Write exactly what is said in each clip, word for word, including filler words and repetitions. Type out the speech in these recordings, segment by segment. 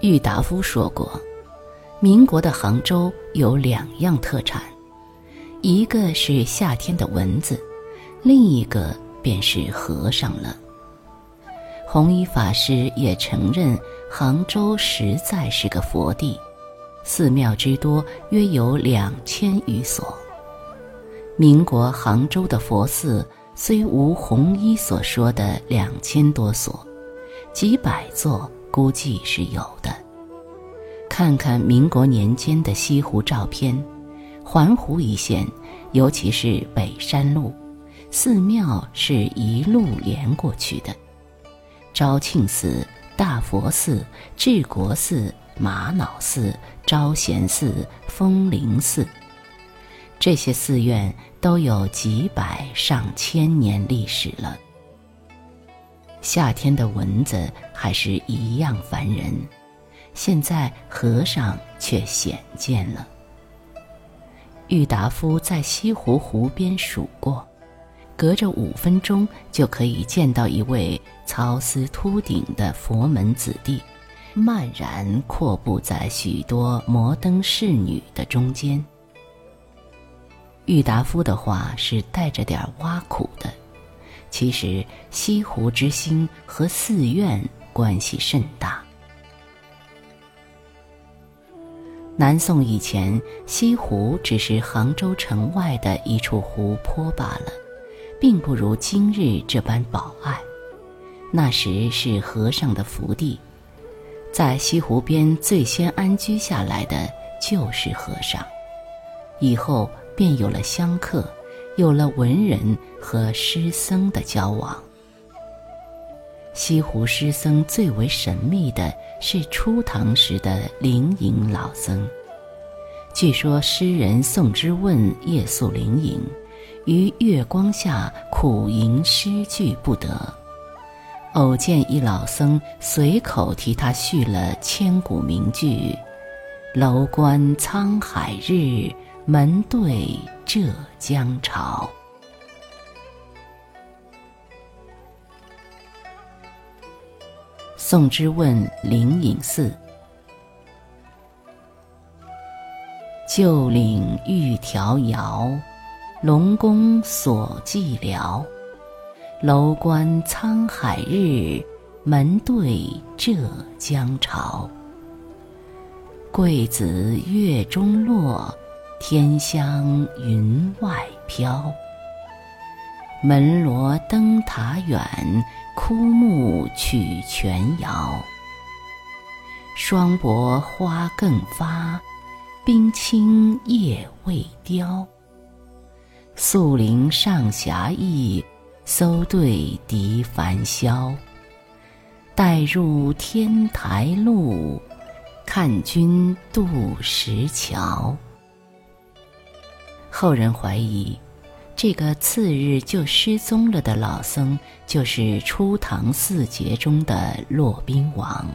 郁达夫说过，民国的杭州有两样特产，一个是夏天的蚊子，另一个便是和尚了。弘一法师也承认杭州实在是个佛地，寺庙之多约有两千余所。民国杭州的佛寺虽无弘一所说的两千多所，几百座估计是有的。看看民国年间的西湖照片，环湖一线，尤其是北山路，寺庙是一路连过去的。昭庆寺、大佛寺、治国寺、玛瑙寺、招贤寺、风铃寺，这些寺院都有几百上千年历史了。夏天的蚊子还是一样烦人，现在和尚却鲜见了。郁达夫在西湖湖边数过，隔着五分钟就可以见到一位曹丝秃顶的佛门子弟，漫然阔步在许多摩登侍女的中间。郁达夫的话是带着点挖苦的，其实西湖之星和寺院关系甚大。南宋以前，西湖只是杭州城外的一处湖泊罢了，并不如今日这般宝爱。那时是和尚的福地，在西湖边最先安居下来的就是和尚，以后便有了香客，有了文人和诗僧的交往。西湖诗僧最为神秘的是初唐时的灵隐老僧。据说诗人宋之问夜宿灵隐，于月光下苦吟诗句不得，偶见一老僧随口替他续了千古名句：楼观沧海日，门对浙江潮。宋之问灵隐寺。旧岭玉条遥，龙宫锁寂寥。楼观沧海日，门对浙江潮。桂子月中落，天香云外飘。门罗灯塔远，枯木曲泉遥。霜薄花更发，冰清叶未凋。宿灵上霞意，搜对笛繁嚣。待入天台路，看君渡石桥。后人怀疑，这个次日就失踪了的老僧，就是初唐四杰中的骆宾王。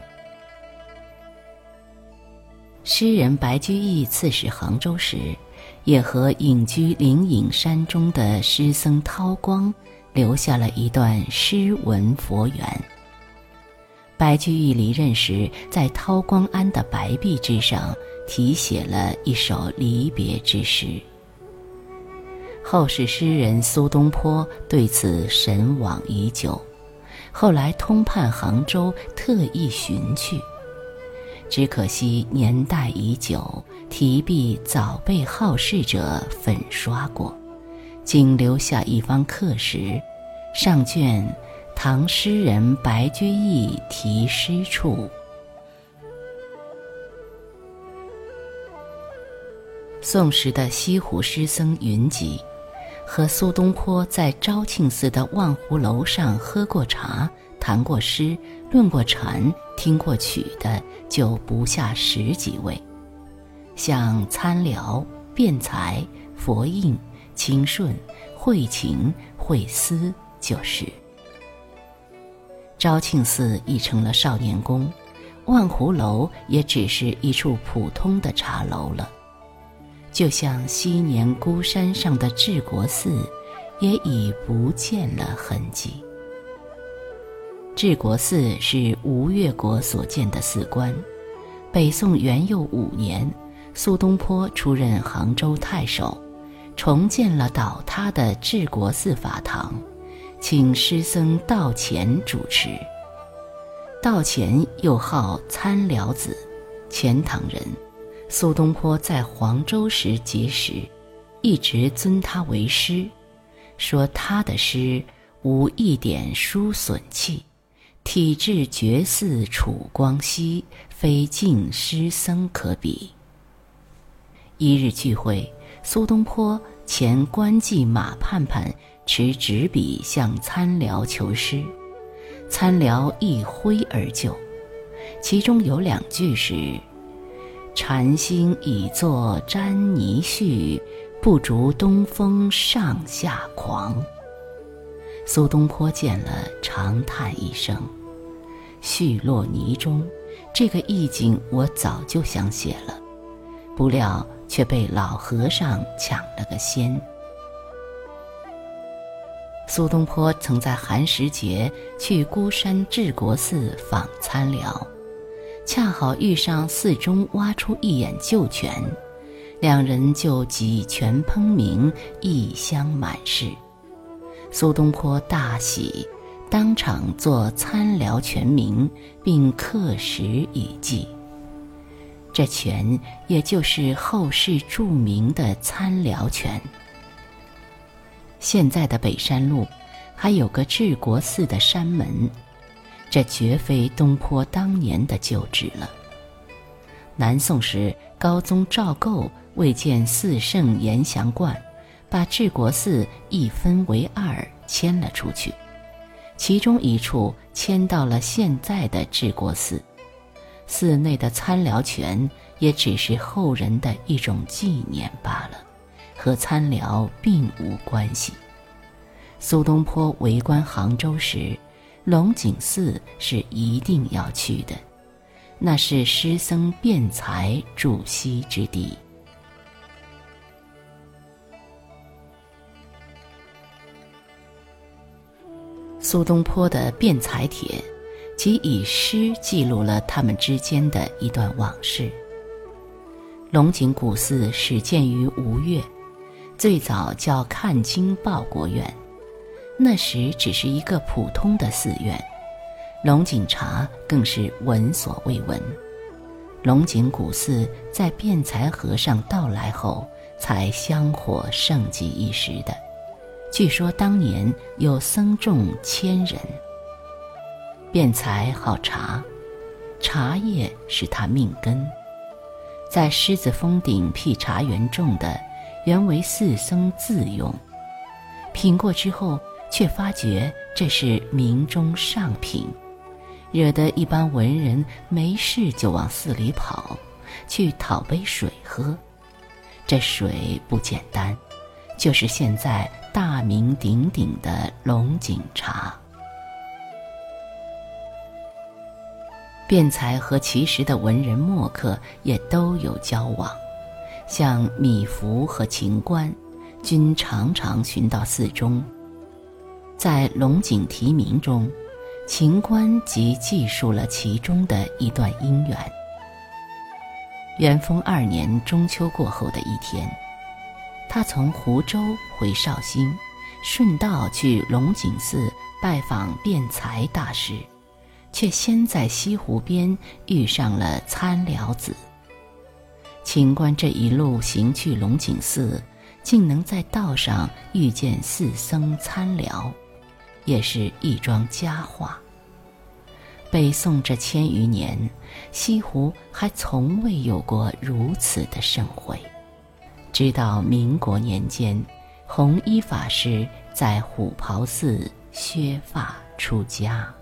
诗人白居易刺史杭州时，也和隐居灵隐山中的诗僧韬光留下了一段诗文佛缘。白居易离任时，在韬光庵的白壁之上题写了一首离别之诗。后世诗人苏东坡对此神往已久，后来通判杭州，特意寻去。只可惜年代已久，题壁早被好事者粉刷过，仅留下一方刻石，上卷唐诗人白居易题诗处。宋时的西湖诗僧云集，和苏东坡在昭庆寺的望湖楼上喝过茶、谈过诗、论过禅、听过曲的就不下十几位，像参辽、辩才、佛印、清顺、慧勤、慧思就是。昭庆寺已成了少年宫，望湖楼也只是一处普通的茶楼了。就像昔年孤山上的治国寺，也已不见了痕迹。治国寺是吴越国所建的寺观， 北宋元佑五年，苏东坡出任杭州太守，重建了倒塌的治国寺法堂，请师僧道乾主持。道乾又号参辽子，钱塘人。苏东坡在黄州时结识，一直尊他为师，说他的诗无一点书损气，体质绝似楚光熙，非晋师僧可比。一日聚会，苏东坡前官妓马盼盼持纸笔向参辽求诗，参辽一挥而就，其中有两句是禅心已作沾泥絮，不逐东风上下狂。苏东坡见了长叹一声，絮落泥中，这个意境我早就想写了，不料却被老和尚抢了个先。苏东坡曾在寒食节去孤山治国寺访参辽，恰好遇上寺中挖出一眼旧泉，两人就几泉烹茗，一香满室。苏东坡大喜，当场作参辽泉名，并刻石以记。这泉也就是后世著名的参辽泉。现在的北山路还有个治国寺的山门，这绝非东坡当年的旧址了。南宋时，高宗赵构为建四圣延祥观，把治国寺一分为二，迁了出去，其中一处迁到了现在的治国寺。寺内的参辽泉也只是后人的一种纪念罢了，和参辽并无关系。苏东坡为官杭州时，龙井寺是一定要去的，那是诗僧辩才驻息之地。苏东坡的辩才帖即以诗记录了他们之间的一段往事。龙井古寺始建于吴越，最早叫看经报国院，那时只是一个普通的寺院，龙井茶更是闻所未闻。龙井古寺在辩才和尚到来后才香火盛极一时的，据说当年有僧众千人。辩才好茶，茶叶是他命根，在狮子峰顶辟茶园种的，原为寺僧自用，品过之后却发觉这是名中上品，惹得一般文人没事就往寺里跑，去讨杯水喝。这水不简单，就是现在大名鼎鼎的龙井茶。辩才和其时的文人墨客也都有交往，像米芾和秦观均常常寻到寺中。在龙井题名中，秦观即记述了其中的一段姻缘。元丰二年中秋过后的一天，他从湖州回绍兴，顺道去龙井寺拜访辩才大师，却先在西湖边遇上了参辽子。秦观这一路行去龙井寺，竟能在道上遇见寺僧参辽，也是一桩佳话。北宋这千余年，西湖还从未有过如此的盛会。直到民国年间，弘一法师在虎跑寺削发出家。